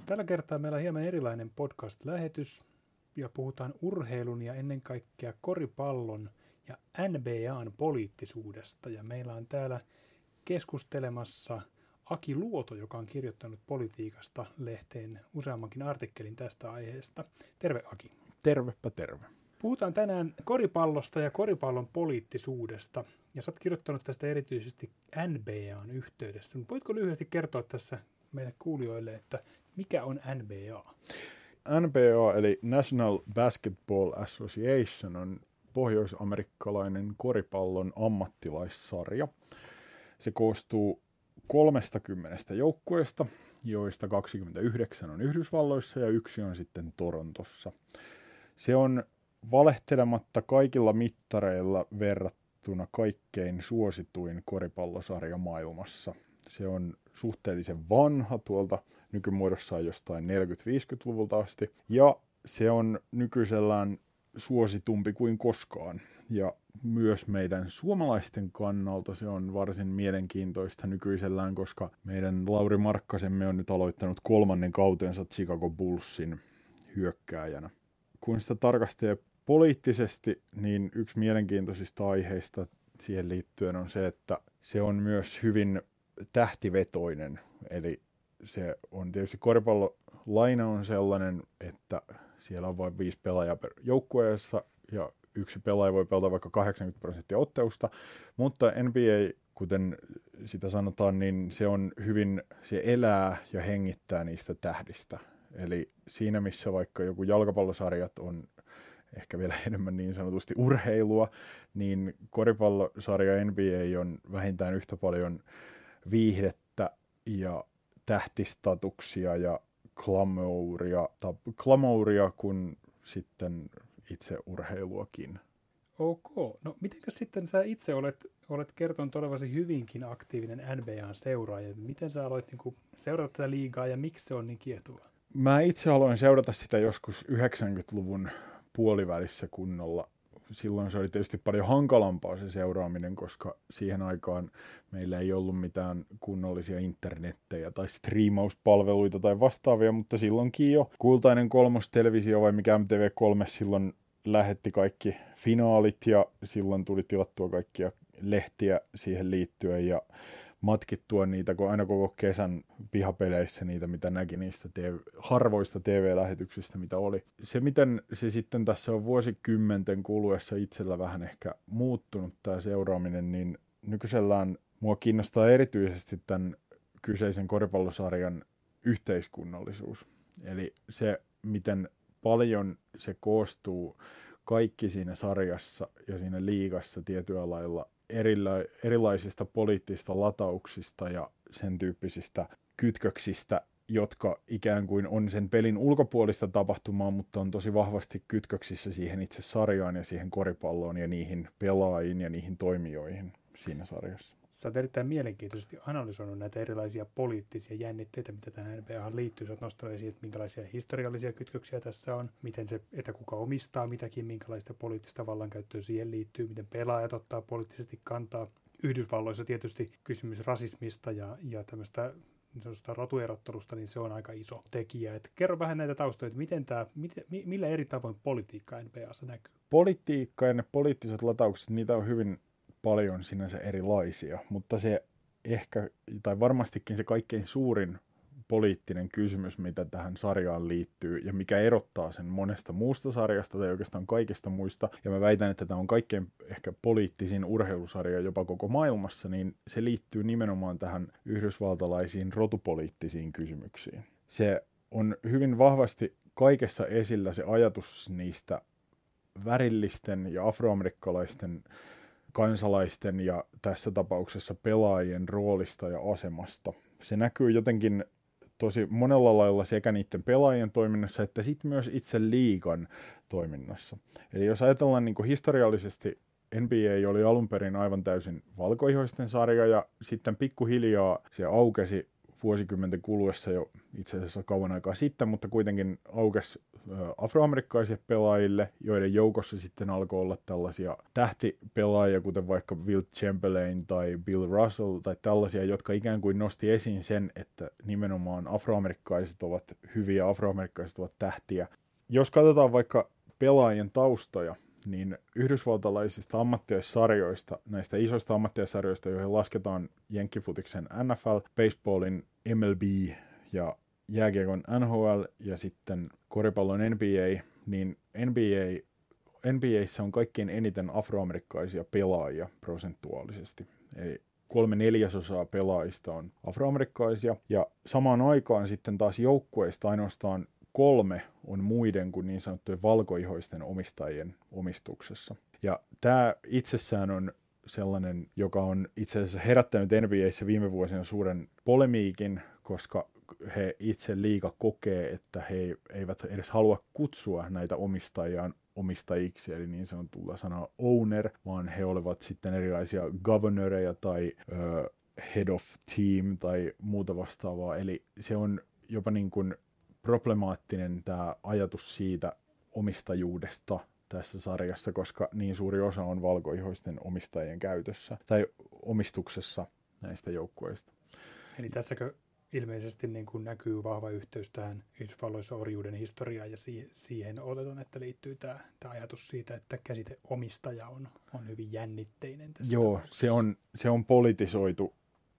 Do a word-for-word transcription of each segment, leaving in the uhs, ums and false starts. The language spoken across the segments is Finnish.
Tällä kertaa meillä on hieman erilainen podcast-lähetys ja puhutaan urheilun ja ennen kaikkea koripallon ja N B A:n poliittisuudesta. Ja meillä on täällä keskustelemassa Aki Luoto, joka on kirjoittanut Politiikasta lehteen useammankin artikkelin tästä aiheesta. Terve Aki. Tervepä terve. Puhutaan tänään koripallosta ja koripallon poliittisuudesta. Ja sä oot kirjoittanut tästä erityisesti N B A:n yhteydessä. Voitko lyhyesti kertoa tässä meille kuulijoille, että mikä on N B A? N B A eli National Basketball Association on pohjois-amerikkalainen koripallon ammattilaissarja. Se koostuu kolmestakymmenestä joukkueesta, joista kaksikymmentäyhdeksän on Yhdysvalloissa ja yksi on sitten Torontossa. Se on valehtelematta kaikilla mittareilla verrattuna kaikkein suosituin koripallosarja maailmassa. Se on suhteellisen vanha tuolta nykymuodossaan jostain neljäkymmentä-viisikymmentäluvulta asti, ja se on nykyisellään suositumpi kuin koskaan. Ja myös meidän suomalaisten kannalta se on varsin mielenkiintoista nykyisellään, koska meidän Lauri Markkasemme on nyt aloittanut kolmannen kautensa Chicago Bullsin hyökkääjänä. Kun sitä tarkastelee poliittisesti, niin yksi mielenkiintoisista aiheista siihen liittyen on se, että se on myös hyvin tähtivetoinen. Eli se on tietysti koripallolaina on sellainen, että siellä on vain viisi pelaajaa per joukkueessa ja yksi pelaaja voi pelata vaikka kahdeksankymmentä prosenttia ottelusta, mutta N B A, kuten sitä sanotaan, niin se on hyvin, se elää ja hengittää niistä tähdistä. Eli siinä missä vaikka joku jalkapallosarjat on ehkä vielä enemmän niin sanotusti urheilua, niin koripallosarja N B A on vähintään yhtä paljon viihdettä ja tähtistatuksia ja glamouria, glamouria kuin sitten itse urheiluakin. Ok. No mitenkäs sitten sä itse olet, olet kertonut olevasi hyvinkin aktiivinen N B A:n seuraaja. Miten sä aloit niin kuin seurata tätä liigaa ja miksi se on niin kiehtovaa? Mä itse aloin seurata sitä joskus yhdeksänkymmentäluvun puolivälissä kunnolla. Silloin se oli tietysti paljon hankalampaa se seuraaminen, koska siihen aikaan meillä ei ollut mitään kunnollisia internettejä tai striimauspalveluita tai vastaavia, mutta silloinkin jo kultainen kolmostelevisio vai mikä M T V kolme silloin lähetti kaikki finaalit ja silloin tuli tilattua kaikkia lehtiä siihen liittyen ja matkittua niitä aina koko kesän pihapeleissä niitä, mitä näki niistä T V, harvoista T V-lähetyksistä, mitä oli. Se, miten se sitten tässä on vuosikymmenten kuluessa itsellä vähän ehkä muuttunut tämä seuraaminen, niin nykyisellään mua kiinnostaa erityisesti tämän kyseisen koripallosarjan yhteiskunnallisuus. Eli se, miten paljon se koostuu kaikki siinä sarjassa ja siinä liigassa tietyllä lailla erila- erilaisista poliittisista latauksista ja sen tyyppisistä kytköksistä, jotka ikään kuin on sen pelin ulkopuolista tapahtumaa, mutta on tosi vahvasti kytköksissä siihen itse sarjaan ja siihen koripalloon ja niihin pelaajiin ja niihin toimijoihin siinä sarjassa. Sä oot erittäin mielenkiintoisesti analysoinut näitä erilaisia poliittisia jännitteitä, mitä tähän N B A:han liittyy. Sä oot nostanut esiin, että minkälaisia historiallisia kytköksiä tässä on, miten se, että kuka omistaa mitäkin, minkälaista poliittista vallankäyttöä siihen liittyy, miten pelaajat ottaa poliittisesti kantaa. Yhdysvalloissa tietysti kysymys rasismista ja, ja tämmöistä niin rotuerottelusta, niin se on aika iso tekijä. Et kerro vähän näitä taustoja, että miten tää, miten, millä eri tavoin politiikka N B A:ssa näkyy? Politiikka ja ne poliittiset lataukset, niitä on hyvin paljon sinänsä erilaisia, mutta se ehkä, tai varmastikin se kaikkein suurin poliittinen kysymys, mitä tähän sarjaan liittyy ja mikä erottaa sen monesta muusta sarjasta tai oikeastaan kaikista muista, ja mä väitän, että tämä on kaikkein ehkä poliittisin urheilusarja jopa koko maailmassa, niin se liittyy nimenomaan tähän yhdysvaltalaisiin rotupoliittisiin kysymyksiin. Se on hyvin vahvasti kaikessa esillä se ajatus niistä värillisten ja afroamerikkalaisten kansalaisten ja tässä tapauksessa pelaajien roolista ja asemasta. Se näkyy jotenkin tosi monella lailla sekä niiden pelaajien toiminnassa että sitten myös itse liigan toiminnassa. Eli jos ajatellaan niin kuin historiallisesti, N B A oli alun perin aivan täysin valkoihoisten sarja ja sitten pikkuhiljaa se aukesi vuosikymmenten kuluessa jo itse asiassa kauan aikaa sitten, mutta kuitenkin aukesi afroamerikkalaisille pelaajille, joiden joukossa sitten alkoi olla tällaisia tähtipelaajia, kuten vaikka Wilt Chamberlain tai Bill Russell tai tällaisia, jotka ikään kuin nosti esiin sen, että nimenomaan afroamerikkalaiset ovat hyviä, afroamerikkalaiset ovat tähtiä. Jos katsotaan vaikka pelaajien taustoja, niin yhdysvaltalaisista ammattilaissarjoista, näistä isoista ammattilaissarjoista, joihin lasketaan jenkkifutiksen N F L, baseballin M L B ja jääkiekon N H L ja sitten koripallon N B A, niin N B A, N B A:ssä on kaikkein eniten afroamerikkalaisia pelaajia prosentuaalisesti. Eli kolme neljäsosaa pelaajista on afroamerikkalaisia ja samaan aikaan sitten taas joukkueista ainoastaan kolme on muiden kuin niin sanottujen valkoihoisten omistajien omistuksessa. Ja tämä itsessään on sellainen, joka on itse asiassa herättänyt N B A:ssä viime vuosina suuren polemiikin, koska he itse liiga kokee, että he eivät edes halua kutsua näitä omistajiaan omistajiksi, eli niin sanotulla sanaa owner, vaan he olivat sitten erilaisia governoreja tai ö, head of team tai muuta vastaavaa. Eli se on jopa niin kuin problemaattinen tämä ajatus siitä omistajuudesta tässä sarjassa, koska niin suuri osa on valkoihoisten omistajien käytössä tai omistuksessa näistä joukkueista. Eli tässäkö ilmeisesti niin kuin näkyy vahva yhteys tähän Yhdysvalloissa orjuuden historiaan ja siihen oletan, että liittyy tämä, tämä ajatus siitä, että käsite omistaja on, on hyvin jännitteinen tässä Joo, se on, se on politisoitu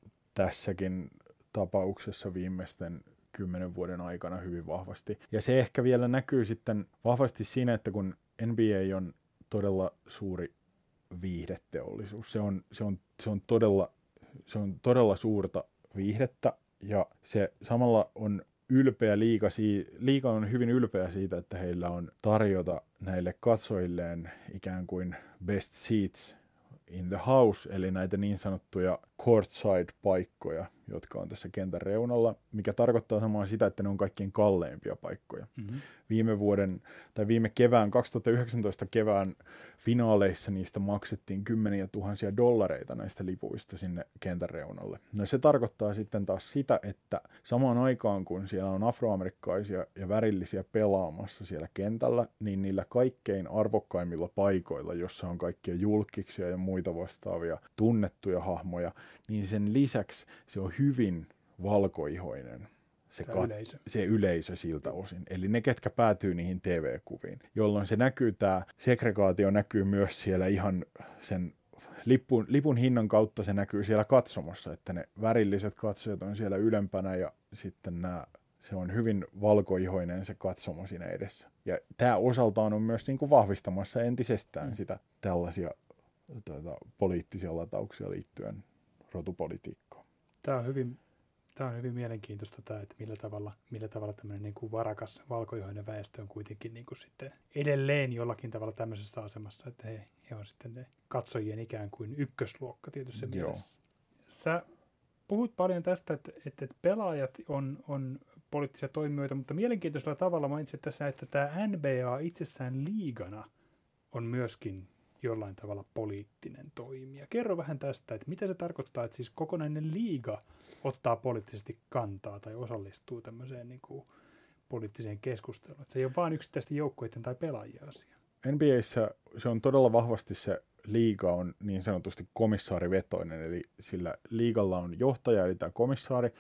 tässäkin tapauksessa viimeisten kymmenen vuoden aikana hyvin vahvasti. Ja se ehkä vielä näkyy sitten vahvasti siinä, että kun N B A on todella suuri viihdeteollisuus, se on, se on, se on, todella, se on todella suurta viihdettä, ja se samalla on ylpeä liiga, liiga on hyvin ylpeä siitä, että heillä on tarjota näille katsojilleen ikään kuin best seats in the house, eli näitä niin sanottuja courtside-paikkoja, jotka on tässä kentän reunalla, mikä tarkoittaa samaa sitä, että ne on kaikkein kalleimpia paikkoja. Mm-hmm. Viime vuoden, tai viime kevään, kaksituhattayhdeksäntoista kevään finaaleissa niistä maksettiin kymmeniä tuhansia dollareita näistä lipuista sinne kentän reunalle. No se tarkoittaa sitten taas sitä, että samaan aikaan kun siellä on afroamerikkaisia ja värillisiä pelaamassa siellä kentällä, niin niillä kaikkein arvokkaimmilla paikoilla, jossa on kaikkia julkkiksia ja muita vastaavia tunnettuja hahmoja, niin sen lisäksi se on hyvin valkoihoinen. Se, kat- yleisö. se yleisö siltä osin. Eli ne, ketkä päätyy niihin T V-kuviin, jolloin se näkyy, tämä segregaatio näkyy myös siellä ihan sen lipun, lipun hinnan kautta se näkyy siellä katsomossa, että ne värilliset katsojat on siellä ylempänä ja sitten nämä, se on hyvin valkoihoinen se katsomo siinä edessä. Ja tämä osaltaan on myös niin kuin vahvistamassa entisestään sitä tällaisia tuota, poliittisia latauksia liittyen rotupolitiikkaan. Tämä on hyvin Tämä on hyvin mielenkiintoista, tämä, että millä tavalla, millä tavalla tämmöinen niin kuin varakas valkoihoinen väestö on kuitenkin niin kuin sitten edelleen jollakin tavalla tämmöisessä asemassa, että he, he on sitten ne katsojien ikään kuin ykkösluokka tietysti mielessä. Sä puhut paljon tästä, että, että pelaajat on, on poliittisia toimijoita, mutta mielenkiintoisella tavalla mainitsit tässä, että tämä N B A itsessään liigana on myöskin jollain tavalla poliittinen toimija. Kerro vähän tästä, että mitä se tarkoittaa, että siis kokonainen liiga ottaa poliittisesti kantaa tai osallistuu tämmöiseen niin kuin poliittiseen keskusteluun. Että se ei ole vain yksittäisten joukkueiden tai pelaajien asia. N B A:ssä se on todella vahvasti se liiga on niin sanotusti komissaarivetoinen, eli sillä liigalla on johtaja, eli tämä komissaari,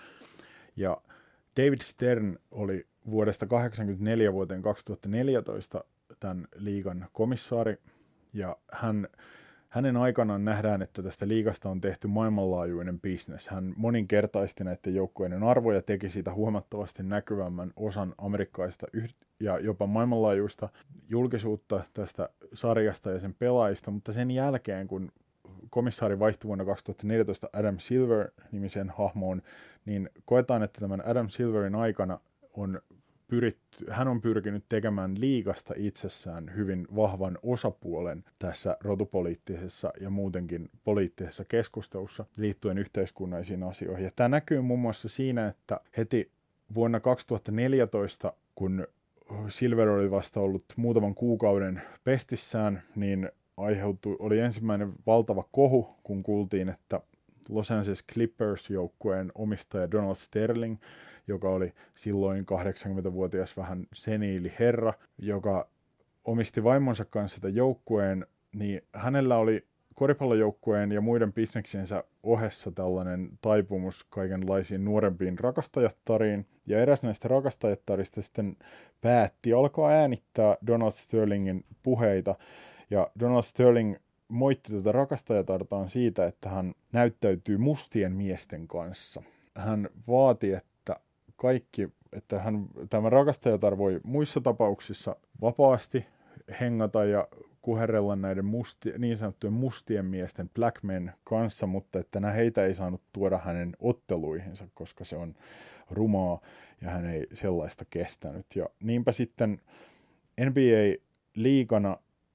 ja David Stern oli vuodesta tuhatyhdeksänsataakahdeksankymmentäneljä vuoteen kaksituhattaneljätoista tämän liigan komissaari, ja hän, hänen aikanaan nähdään, että tästä liigasta on tehty maailmanlaajuinen bisnes. Hän moninkertaisti näiden joukkueiden arvoja, teki siitä huomattavasti näkyvämmän osan amerikkalaista ja jopa maailmanlaajuista julkisuutta tästä sarjasta ja sen pelaajista, mutta sen jälkeen, kun komissaari vaihtui vuonna kaksituhattaneljätoista Adam Silver-nimisen hahmoon, niin koetaan, että tämän Adam Silverin aikana on pyritty, hän on pyrkinyt tekemään liigasta itsessään hyvin vahvan osapuolen tässä rotupoliittisessa ja muutenkin poliittisessa keskustelussa liittyen yhteiskunnallisiin asioihin. Ja tämä näkyy muun muassa siinä, että heti vuonna kaksituhattaneljätoista, kun Silver oli vasta ollut muutaman kuukauden pestissään, niin aiheutui, oli ensimmäinen valtava kohu, kun kuultiin, että Los Angeles Clippers-joukkueen omistaja Donald Sterling, joka oli silloin kahdeksankymmentävuotias vähän seniili herra, joka omisti vaimonsa kanssa tätä joukkueen, niin hänellä oli koripallojoukkueen ja muiden bisneksiensä ohessa tällainen taipumus kaikenlaisiin nuorempiin rakastajattariin, ja eräs näistä rakastajattarista sitten päätti alkaa äänittää Donald Sterlingin puheita, ja Donald Sterling moitti tätä rakastajatartaan siitä, että hän näyttäytyy mustien miesten kanssa. Hän vaati, että kaikki, että hän, tämä rakastajatar voi muissa tapauksissa vapaasti hengata ja kuherrella näiden musti, niin sanottujen mustien miesten black men kanssa, mutta että heitä ei saanut tuoda hänen otteluihinsa, koska se on rumaa ja hän ei sellaista kestänyt. Ja niinpä sitten N B A-liigana,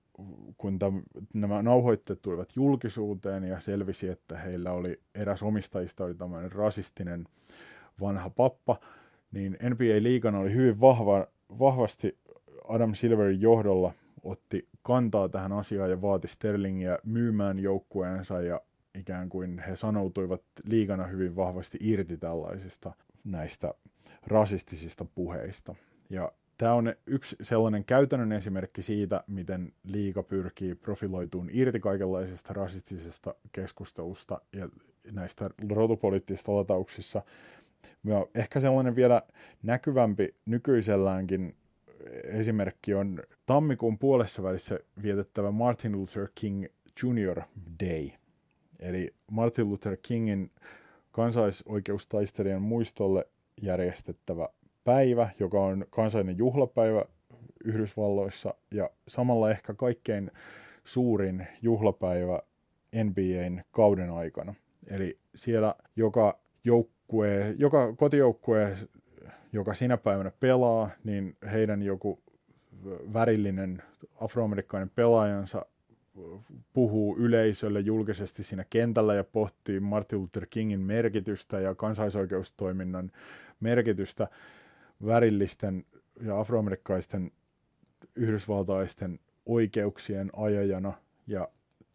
kun täm, nämä nauhoitteet tulivat julkisuuteen ja selvisi, että heillä oli eräs omistajista oli tämmöinen rasistinen vanha pappa, niin N B A-liigana oli hyvin vahva, vahvasti Adam Silverin johdolla otti kantaa tähän asiaan ja vaati Sterlingiä myymään joukkueensa, ja ikään kuin he sanoutuivat liigana hyvin vahvasti irti tällaisista näistä rasistisista puheista. Ja tämä on yksi sellainen käytännön esimerkki siitä, miten liiga pyrkii profiloitumaan irti kaikenlaisesta rasistisesta keskustelusta ja näistä rotupoliittisista latauksissa. Ja ehkä sellainen vielä näkyvämpi nykyiselläänkin esimerkki on tammikuun puolessa välissä vietettävä Martin Luther King junior Day. Eli Martin Luther Kingin kansaisoikeustaistelijan muistolle järjestettävä päivä, joka on kansallinen juhlapäivä Yhdysvalloissa ja samalla ehkä kaikkein suurin juhlapäivä N B A:n kauden aikana. Eli siellä joka joukkue, joka kotijoukkue, joka sinä päivänä pelaa, niin heidän joku värillinen afroamerikkainen pelaajansa puhuu yleisölle julkisesti siinä kentällä ja pohtii Martin Luther Kingin merkitystä ja kansaisoikeustoiminnan merkitystä värillisten ja afroamerikkaisten yhdysvaltaisten oikeuksien ajajana. Ja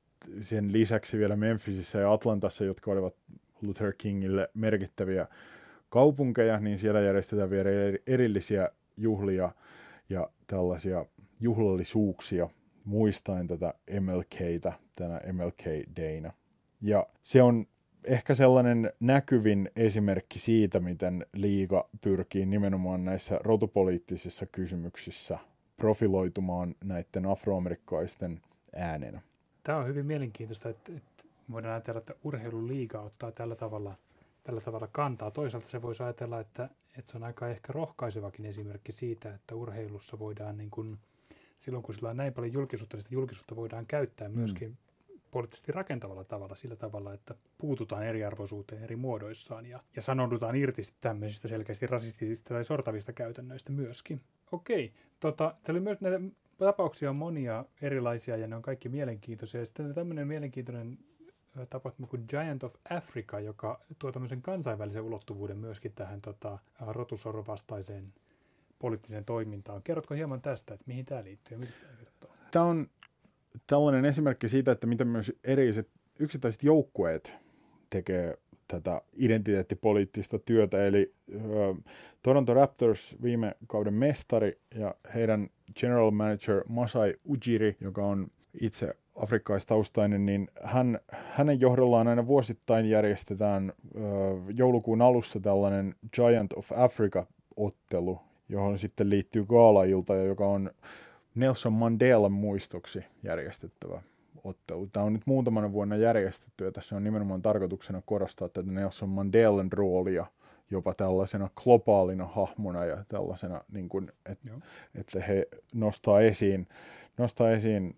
sen lisäksi vielä Memphisissä ja Atlantassa, jotka olivat Luther Kingille merkittäviä kaupunkeja, niin siellä järjestetään vielä erillisiä juhlia ja tällaisia juhlallisuuksia muistaen tätä M L K:tä tänä M L K-dayna. Ja se on ehkä sellainen näkyvin esimerkki siitä, miten liiga pyrkii nimenomaan näissä rotupoliittisissa kysymyksissä profiloitumaan näiden afroamerikkaisten äänenä. Tämä on hyvin mielenkiintoista, että, että voidaan ajatella, että urheiluliiga ottaa tällä tavalla, tällä tavalla kantaa. Toisaalta se voisi ajatella, että, että se on aika ehkä rohkaisevakin esimerkki siitä, että urheilussa voidaan, niin kuin, silloin kun sillä on näin paljon julkisuutta, niin sitä julkisuutta voidaan käyttää myöskin mm. poliittisesti rakentavalla tavalla, sillä tavalla, että puututaan eriarvoisuuteen eri muodoissaan ja, ja sanoudutaan irti tämmöisistä selkeästi rasistisista tai sortavista käytännöistä myöskin. Okei, tota, se oli myös näitä tapauksia on monia erilaisia ja ne on kaikki mielenkiintoisia. Ja sitten tämmöinen mielenkiintoinen tapahtuma kuin Giant of Africa, joka tuo tämmöisen kansainvälisen ulottuvuuden myöskin tähän tota, rotusorron vastaiseen poliittiseen toimintaan. Kerrotko hieman tästä, että mihin tämä liittyy ja mitä tämä kertoo? Tämä on tällainen esimerkki siitä, että miten myös erilaiset yksittäiset joukkueet tekee tätä identiteettipoliittista työtä. Eli äh, Toronto Raptors, viime kauden mestari, ja heidän general manager Masai Ujiri, joka on itse afrikkaistaustainen, niin hän, hänen johdollaan aina vuosittain järjestetään äh, joulukuun alussa tällainen Giant of Africa-ottelu, johon sitten liittyy gaalailta, joka on Nelson Mandelan muistoksi järjestettävä ottelu. Tämä on nyt muutamana vuonna järjestetty, ja tässä on nimenomaan tarkoituksena korostaa tätä Nelson Mandelan roolia jopa tällaisena globaalina hahmona ja tällaisena, niin kuin, että, että he nostaa esiin, nostaa esiin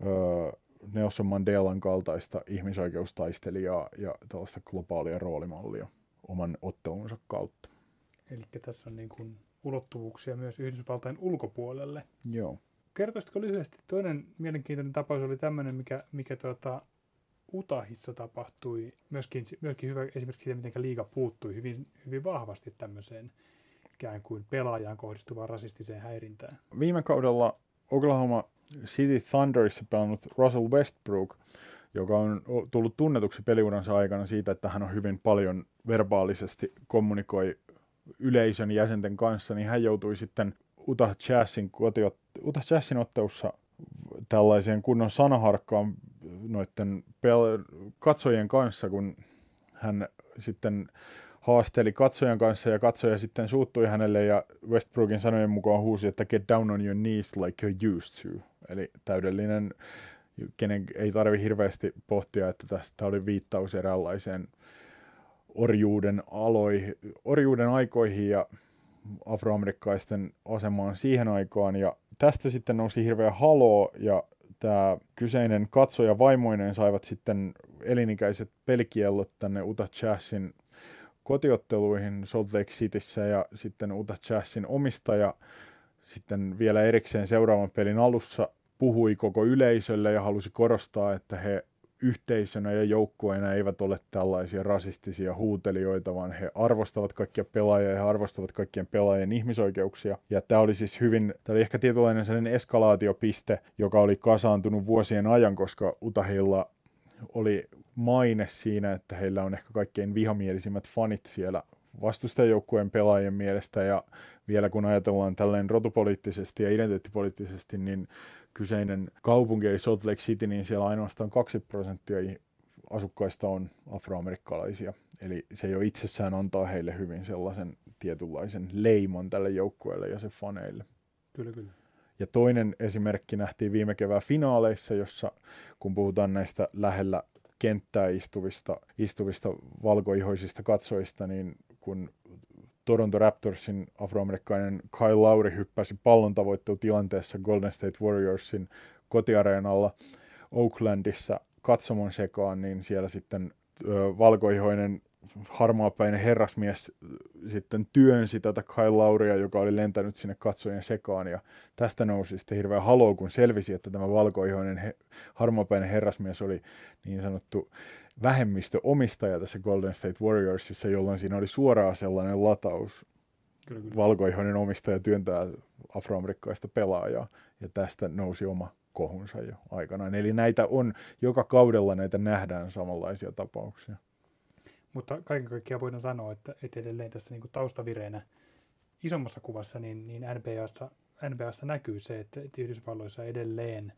ö, Nelson Mandelan kaltaista ihmisoikeustaistelijaa ja tällaista globaalia roolimallia oman ottelunsa kautta. Eli tässä on niin kuin ulottuvuuksia myös Yhdysvaltain ulkopuolelle. Joo. Kertoisitko lyhyesti? Toinen mielenkiintoinen tapaus oli tämmöinen, mikä, mikä tuota, Utahissa tapahtui. Myöskin, myöskin hyvä esimerkiksi siitä, miten liiga puuttui hyvin, hyvin vahvasti tämmöiseen ikään kuin pelaajaan kohdistuvaan rasistiseen häirintään. Viime kaudella Oklahoma City Thunderissa pelannut Russell Westbrook joka on tullut tunnetuksi peliuransa aikana siitä, että hän on hyvin paljon verbaalisesti kommunikoi yleisön jäsenten kanssa, niin hän joutui sitten Utah Jazzin, kotiot, Utah Jazzin ottelussa tällaiseen kunnon sanaharkkaan noiden pel- katsojien kanssa, kun hän sitten haasteli katsojan kanssa ja katsoja sitten suuttui hänelle ja Westbrookin sanojen mukaan huusi, että get down on your knees like you're used to. Eli täydellinen, kenen ei tarvi hirveästi pohtia, että tästä oli viittaus eräänlaiseen orjuuden, aloihin, orjuuden aikoihin ja afroamerikkaisten asemaan siihen aikaan. Ja tästä sitten nousi hirveä haloo ja tämä kyseinen katsoja vaimoineen saivat sitten elinikäiset pelikiellot tänne Utah Jazzin kotiotteluihin Salt Lake Cityssä ja sitten Utah Jazzin omistaja sitten vielä erikseen seuraavan pelin alussa puhui koko yleisölle ja halusi korostaa, että he yhteisönä ja joukkueena eivät ole tällaisia rasistisia huutelijoita, vaan he arvostavat kaikkia pelaajia ja he arvostavat kaikkien pelaajien ihmisoikeuksia. Ja tämä oli siis hyvin, tämä oli ehkä tietynlainen sellainen eskalaatiopiste, joka oli kasaantunut vuosien ajan, koska Utahilla oli maine siinä, että heillä on ehkä kaikkein vihamielisimmät fanit siellä vastustajoukkueen pelaajien mielestä, ja vielä kun ajatellaan tällainen rotupoliittisesti ja identiteettipoliittisesti, niin kyseinen kaupunki eli Salt Lake City, niin siellä ainoastaan kaksi prosenttia asukkaista on afroamerikkalaisia. Eli se jo itsessään antaa heille hyvin sellaisen tietynlaisen leiman tälle joukkueelle ja sen faneille. Kyllä, kyllä. Ja toinen esimerkki nähtiin viime kevään finaaleissa, jossa kun puhutaan näistä lähellä kenttää istuvista, istuvista valkoihoisista katsojista, niin kun Toronto Raptorsin afroamerikkainen Kyle Lowry hyppäsi pallon tavoittelutilanteessa Golden State Warriorsin kotiareenalla Oaklandissa katsomon sekaan, niin siellä sitten ö, valkoihoinen harmaapäinen herrasmies sitten työnsi tätä Kyle Lowrya, joka oli lentänyt sinne katsojien sekaan, ja tästä nousi sitten hirveä haloo, kun selvisi, että tämä valkoihoinen he, harmaapäinen herrasmies oli niin sanottu vähemmistöomistaja tässä Golden State Warriorsissa, jolloin siinä oli suoraan sellainen lataus. Kyllä, kyllä. Valkoihoinen omistaja työntää afroamerikkaista pelaajaa, ja tästä nousi oma kohunsa jo aikanaan. Eli näitä on, joka kaudella näitä nähdään samanlaisia tapauksia. Mutta kaiken kaikkiaan voidaan sanoa, että, että edelleen tässä niin kuin taustavireenä isommassa kuvassa niin, niin N B A:ssa, N B A:ssa näkyy se, että, että Yhdysvalloissa edelleen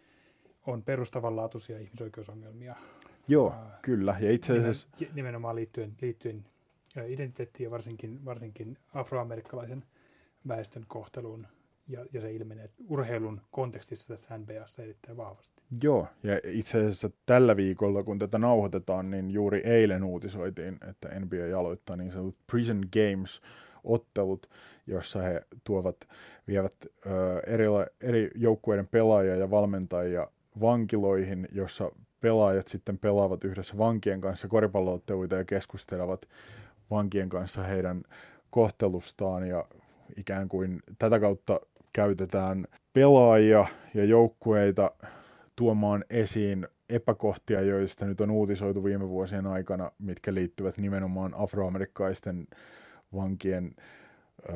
on perustavanlaatuisia ihmisoikeusongelmia. Joo, uh, kyllä. Ja itse asiassa nimenomaan liittyen, liittyen identiteettiin ja varsinkin, varsinkin afroamerikkalaisen väestön kohteluun. Ja, ja se ilmenee urheilun kontekstissa tässä N B A:ssa erittäin vahvasti. Joo, ja itse asiassa tällä viikolla, kun tätä nauhoitetaan, niin juuri eilen uutisoitiin, että N B A aloittaa niin sanotut Prison Games-ottelut, jossa he tuovat, vievät ö, eri, eri joukkueiden pelaajia ja valmentajia vankiloihin, jossa pelaajat sitten pelaavat yhdessä vankien kanssa koripallo-otteluita ja keskustelevat vankien kanssa heidän kohtelustaan, ja ikään kuin tätä kautta käytetään pelaajia ja joukkueita tuomaan esiin epäkohtia, joista nyt on uutisoitu viime vuosien aikana, mitkä liittyvät nimenomaan afroamerikkaisten vankien ö,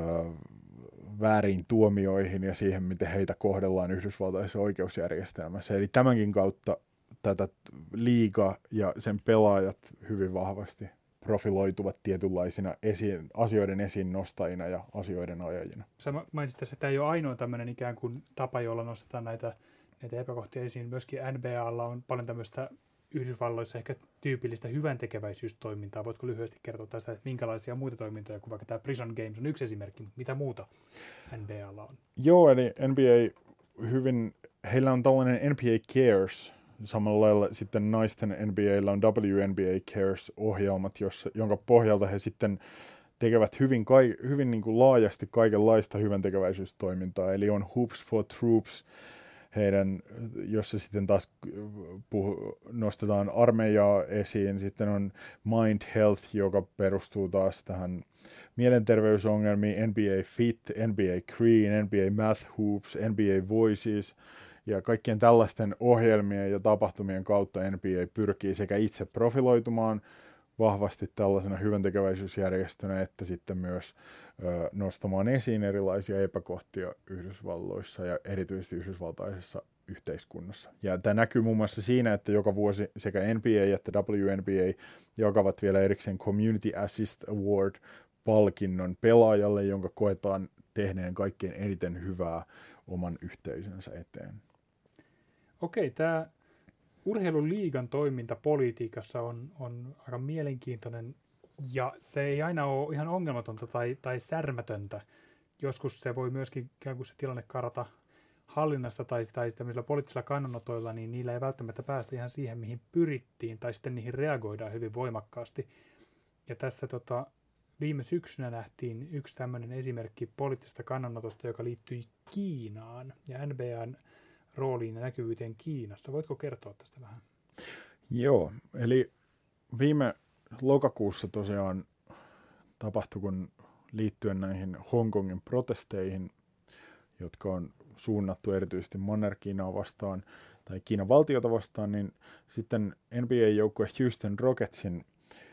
väärin tuomioihin ja siihen, miten heitä kohdellaan Yhdysvaltaisessa oikeusjärjestelmässä. Eli tämänkin kautta tätä liiga ja sen pelaajat hyvin vahvasti profiloituvat tietynlaisina esiin, asioiden esiin nostajina ja asioiden ajajina. Sä mainitsit, että tämä ei ole ainoa tämmöinen ikään kuin tapa, jolla nostetaan näitä, näitä epäkohtia esiin. Myöskin N B A:lla on paljon tämmöistä Yhdysvalloissa ehkä tyypillistä hyväntekeväisyystoimintaa. Voitko lyhyesti kertoa tästä, että minkälaisia muita toimintoja, kun vaikka tämä Prison Games on yksi esimerkki, mutta mitä muuta N B A:lla on? Joo, eli N B A hyvin, heillä on tällainen N B A Cares. Samalla lailla sitten naisten N B A:llä on W N B A Cares-ohjelmat, jossa, jonka pohjalta he sitten tekevät hyvin, kai, hyvin niin kuin laajasti kaikenlaista hyväntekeväisyystoimintaa. Eli on Hoops for Troops, heidän, jossa sitten taas puhu, nostetaan armeijaa esiin. Sitten on Mind Health, joka perustuu taas tähän mielenterveysongelmiin, N B A Fit, N B A Green, N B A Math Hoops, N B A Voices. Ja kaikkien tällaisten ohjelmien ja tapahtumien kautta N B A pyrkii sekä itse profiloitumaan vahvasti tällaisena hyväntekeväisyysjärjestönä, että sitten myös ö, nostamaan esiin erilaisia epäkohtia Yhdysvalloissa ja erityisesti yhdysvaltaisessa yhteiskunnassa. Ja tämä näkyy muun muassa siinä, että joka vuosi sekä N B A että W N B A jakavat vielä erikseen Community Assist Award-palkinnon pelaajalle, jonka koetaan tehneen kaikkein eniten hyvää oman yhteisönsä eteen. Okei, tämä urheiluliigan toiminta politiikassa on, on aika mielenkiintoinen, ja se ei aina ole ihan ongelmatonta tai, tai särmätöntä. Joskus se voi myöskin, kun se tilanne karata hallinnasta tai, tai tämmöisillä poliittisilla kannanotoilla, niin niillä ei välttämättä päästä ihan siihen, mihin pyrittiin, tai sitten niihin reagoidaan hyvin voimakkaasti. Ja tässä tota, viime syksynä nähtiin yksi tämmöinen esimerkki poliittisesta kannanotosta, joka liittyi Kiinaan ja N B A:n rooliin ja näkyvyyteen Kiinassa. Voitko kertoa tästä vähän? Joo, eli viime lokakuussa tosiaan tapahtui, kun liittyen näihin Hongkongin protesteihin, jotka on suunnattu erityisesti Manner-Kiinaa vastaan tai Kiinan valtiota vastaan, niin sitten N B A-joukkue Houston Rocketsin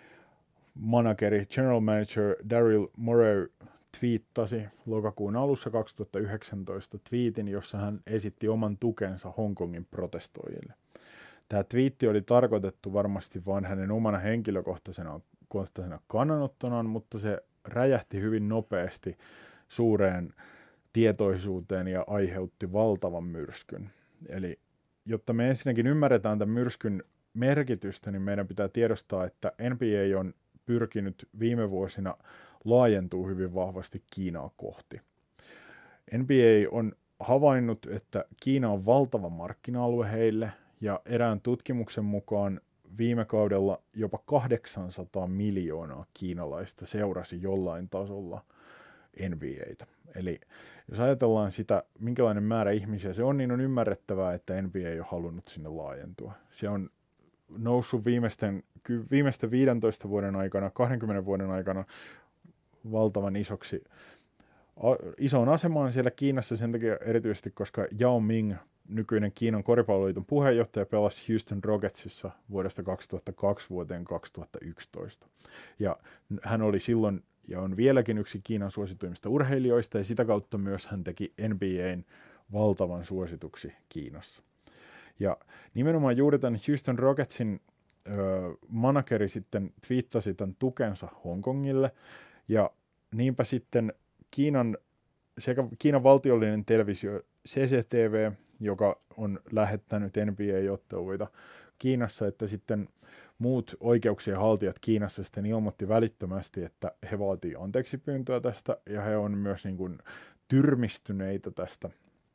manageri, general manager Daryl Morey twiittasi lokakuun alussa kaksituhattayhdeksäntoista twiitin, jossa hän esitti oman tukensa Hongkongin protestoijille. Tämä twiitti oli tarkoitettu varmasti vain hänen omana henkilökohtaisena kohtaisena kannanottonaan, mutta se räjähti hyvin nopeasti suureen tietoisuuteen ja aiheutti valtavan myrskyn. Eli jotta me ensinnäkin ymmärretään tämän myrskyn merkitystä, niin meidän pitää tiedostaa, että N B A on pyrkinyt viime vuosina laajentuu hyvin vahvasti Kiinaa kohti. N B A on havainnut, että Kiina on valtava markkina-alue heille, ja erään tutkimuksen mukaan viime kaudella jopa kahdeksansataa miljoonaa kiinalaista seurasi jollain tasolla N B A:tä. Eli jos ajatellaan sitä, minkälainen määrä ihmisiä se on, niin on ymmärrettävää, että N B A on halunnut sinne laajentua. Se on noussut viimeisten, viimeisten viidentoista vuoden aikana, kahdenkymmenen vuoden aikana valtavan isoksi, a, isoon asemaan siellä Kiinassa sen takia erityisesti, koska Yao Ming, nykyinen Kiinan koripalloliiton puheenjohtaja, pelasi Houston Rocketsissa vuodesta kaksituhattakaksi vuoteen kaksituhattayksitoista. Ja hän oli silloin ja on vieläkin yksi Kiinan suosituimmista urheilijoista, ja sitä kautta myös hän teki N B A:n valtavan suosituksi Kiinassa. Ja nimenomaan juuri tämän Houston Rocketsin ö, manageri sitten twiittasi tämän tukensa Hongkongille, ja niinpä sitten Kiinan, sekä Kiinan valtiollinen televisio C C T V, joka on lähettänyt N B A-otteluita Kiinassa, että sitten muut oikeuksien haltijat Kiinassa sitten ilmoitti välittömästi, että he vaatii anteeksi pyyntöä tästä, ja he on myös niin kuin tyrmistyneitä tästä,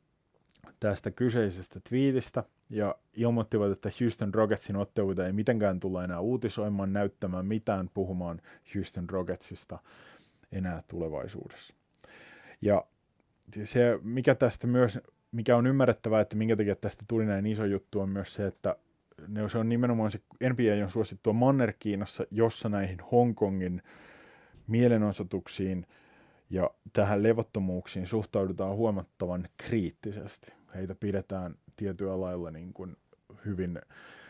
tästä kyseisestä twiitistä, ja ilmoittivat, että Houston Rocketsin otteluita ei mitenkään tulla enää uutisoimaan, näyttämään mitään, puhumaan Houston Rocketsista enää tulevaisuudessa. Ja se, mikä tästä myös, mikä on ymmärrettävää, että minkä takia tästä tuli näin iso juttu, on myös se, että se on nimenomaan se N B A on suosittua Manner-Kiinassa, jossa näihin Hongkongin mielenosoituksiin ja tähän levottomuuksiin suhtaudutaan huomattavan kriittisesti. Heitä pidetään tietyllä lailla niin kuin hyvin,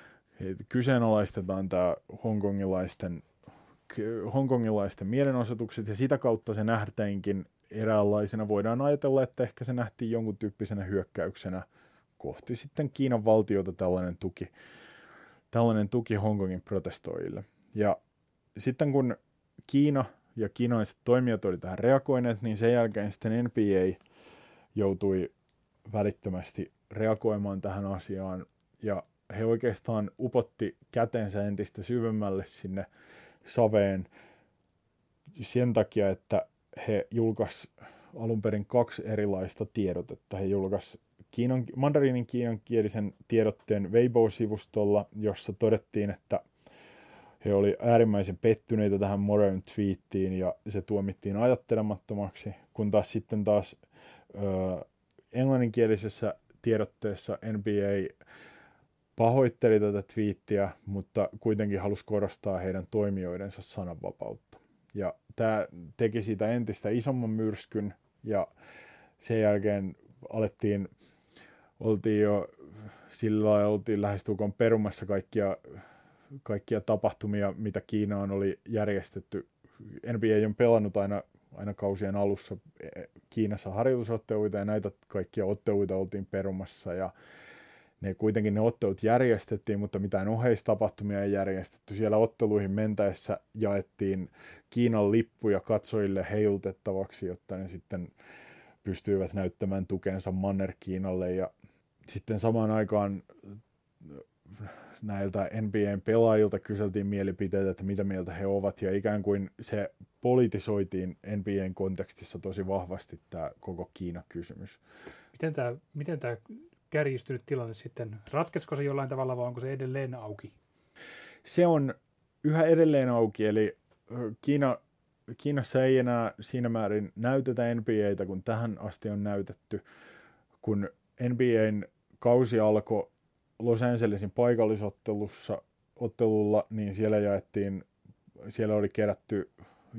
kyseenalaistetaan tämä hongkongilaisten, hongkongilaisten mielenosoitukset, ja sitä kautta se nähtäinkin eräänlaisena. Voidaan ajatella, että ehkä se nähtiin jonkun tyyppisenä hyökkäyksenä kohti sitten Kiinan valtiota tällainen tuki, tällainen tuki Hongkongin protestoijille. Ja sitten kun Kiina ja kiinalaiset toimijat oli tähän reagoineet, niin sen jälkeen sitten N B A joutui välittömästi reagoimaan tähän asiaan, ja he oikeastaan upotti kätensä entistä syvemmälle sinne saveen sen takia, että he julkaisivat alun perin kaksi erilaista tiedotetta. He julkaisivat Kiinan, mandariinin kiinankielisen tiedotteen Weibo-sivustolla, jossa todettiin, että he olivat äärimmäisen pettyneitä tähän Moreyn twiittiin, ja se tuomittiin ajattelemattomaksi, kun taas sitten taas ö, englanninkielisessä tiedotteessa N B A pahoitteli tätä twiittiä, mutta kuitenkin halusi korostaa heidän toimijoidensa sananvapautta. Ja tämä teki siitä entistä isomman myrskyn, ja sen jälkeen alettiin, oltiin jo sillä lailla, oltiin lähestulkoon perumassa kaikkia, kaikkia tapahtumia, mitä Kiinaan oli järjestetty. N B A on pelannut aina, aina kausien alussa Kiinassa harjoitusotteluita, ja näitä kaikkia otteluita oltiin perumassa, ja ne kuitenkin ne ottelut järjestettiin, mutta mitään oheistapahtumia ei järjestetty. Siellä otteluihin mentäessä jaettiin Kiinan lippuja katsojille heilutettavaksi, jotta ne sitten pystyivät näyttämään tukensa Manner-Kiinalle. Ja sitten samaan aikaan näiltä N B A:n pelaajilta kyseltiin mielipiteitä, että mitä mieltä he ovat, ja ikään kuin se politisoitiin N B A:n kontekstissa tosi vahvasti tämä koko Kiina-kysymys. Miten tämä, miten tämä kärjistynyt tilanne sitten, ratkaisiko se jollain tavalla vai onko se edelleen auki? Se on yhä edelleen auki, eli Kiina, Kiinassa ei enää siinä määrin näytetä N B A:tä, kun tähän asti on näytetty. Kun N B A:n kausi alkoi Los Angelesin paikallisottelussa ottelulla, niin siellä jaettiin, siellä oli kerätty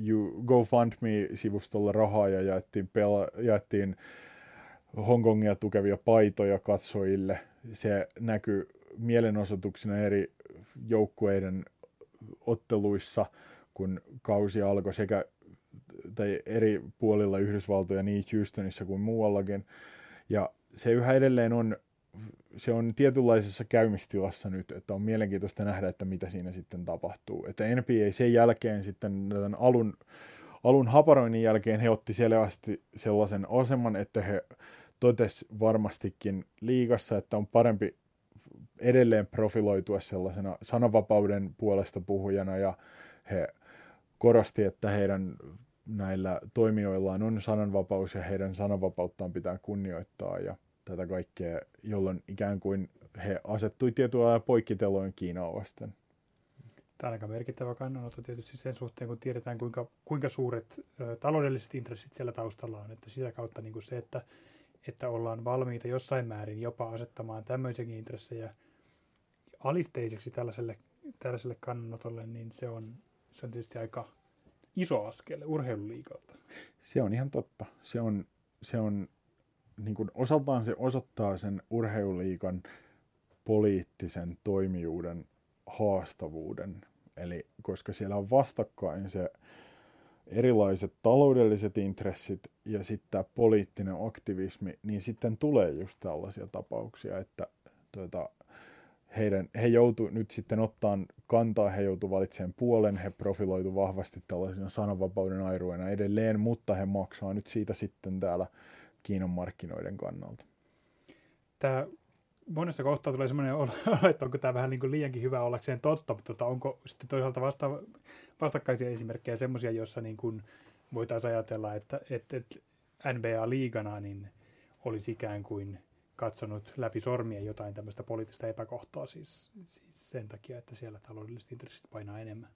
GoFundMe-sivustolla rahaa ja jaettiin, pela, jaettiin Hongkongia tukevia paitoja katsojille. Se näkyy mielenosoituksina eri joukkueiden otteluissa, kun kausi alkoi sekä tai eri puolilla Yhdysvaltoja niin Houstonissa kuin muuallakin. Ja se yhä edelleen on, se on tietynlaisessa käymistilassa nyt, että on mielenkiintoista nähdä, että mitä siinä sitten tapahtuu. Että N B A sen jälkeen sitten tämän alun, alun haparoinnin jälkeen he otti selvästi sellaisen aseman, että he totes varmastikin liigassa, että on parempi edelleen profiloitua sellaisena sananvapauden puolesta puhujana, ja he korosti, että heidän näillä toimijoillaan on sananvapaus ja heidän sananvapauttaan pitää kunnioittaa ja tätä kaikkea, jolloin ikään kuin he asettui tietyllä lailla poikkiteloin Kiinaa vasten. Tämä on aika merkittävä kannanotto tietysti sen suhteen, kun tiedetään kuinka, kuinka suuret ö, taloudelliset intressit siellä taustalla on, että sitä kautta niin kuin se, että, että ollaan valmiita jossain määrin jopa asettamaan tämmöisiäkin intressejä alisteiseksi tällaiselle, tällaiselle kannanotolle, niin se on, se on tietysti aika iso askel urheiluliigalta. Se on ihan totta. Se on, se on niin kuin osaltaan se osoittaa sen urheiluliigan poliittisen toimijuuden haastavuuden. Eli koska siellä on vastakkain se erilaiset taloudelliset intressit ja sitten tämä poliittinen aktivismi, niin sitten tulee just tällaisia tapauksia, että tuota, heidän, he joutu nyt sitten ottaan kantaa, he joutu valitsemaan puolen, he profiloitu vahvasti tällaisina sananvapauden airuina edelleen, mutta he maksaa nyt siitä sitten täällä Kiinan markkinoiden kannalta. Tämä monessa kohtaa tulee sellainen olo, että onko tämä vähän niin kuin liiankin hyvä ollakseen totta, mutta tota, onko sitten toisaalta vasta, vastakkaisia esimerkkejä semmoisia, joissa niin kuin voitaisiin ajatella, että, että, että N B A-liigana niin olisi ikään kuin katsonut läpi sormien jotain tämmöistä poliittista epäkohtaa, siis, siis sen takia, että siellä taloudelliset intressit painaa enemmän.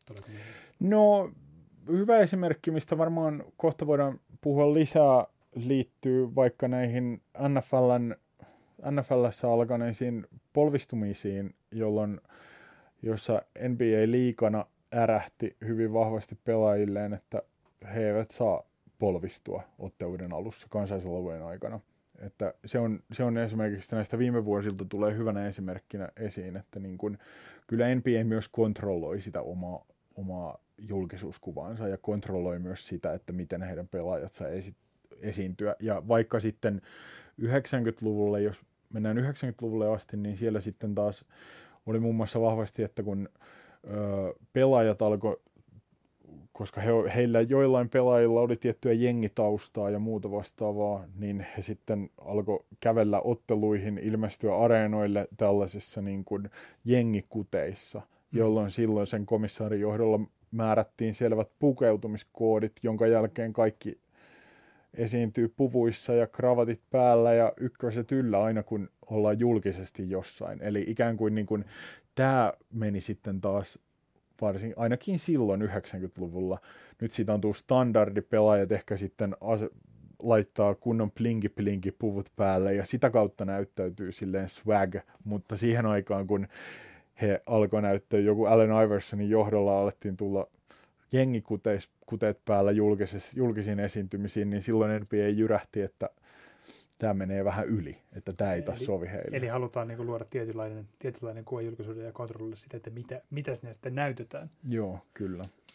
No, hyvä esimerkki, mistä varmaan kohta voidaan puhua lisää, liittyy vaikka näihin N F L:n N F L:ssä alkaneisiin polvistumisiin, jolloin jossa N B A-liigana ärähti hyvin vahvasti pelaajilleen, että he eivät saa polvistua otteluiden alussa kansallisalueen aikana. Että se on, se on esimerkiksi näistä viime vuosilta tulee hyvänä esimerkkinä esiin, että niin kun, kyllä N B A myös kontrolloi sitä omaa, omaa julkisuuskuvaansa ja kontrolloi myös sitä, että miten heidän pelaajat saa esi- esiintyä. Ja vaikka sitten yhdeksänkymmentäluvulle, jos mennään yhdeksänkymmentäluvulle asti, niin siellä sitten taas oli muun muassa vahvasti, että kun ö, pelaajat alkoi, koska he, heillä joillain pelaajilla oli tiettyä jengitaustaa ja muuta vastaavaa, niin he sitten alkoi kävellä otteluihin, ilmestyä areenoille tällaisissa niin kuin jengikuteissa, mm. jolloin silloin sen komissaarin johdolla määrättiin selvät pukeutumiskoodit, jonka jälkeen kaikki esiintyy puvuissa ja kravatit päällä ja ykköset yllä aina kun ollaan julkisesti jossain. Eli ikään kuin, niin kuin tämä meni sitten taas varsin, ainakin silloin yhdeksänkymmentäluvulla. Nyt siitä on tullut standardi, pelaajat ehkä sitten ase- laittaa kunnon plinki-plinki puvut päälle ja sitä kautta näyttäytyy silleen swag, mutta siihen aikaan kun he alkoi näyttää joku Allen Iversonin johdolla alettiin tulla jengikuteet päällä julkisiin esiintymisiin, niin silloin N B A jyrähti, että tämä menee vähän yli, että tämä ei taas sovi heille. Eli halutaan niin kuin luoda tietynlainen, tietynlainen kuva julkisuuden ja kontrollille sitä, että mitä, mitä sinne sitten näytetään. Joo, kyllä.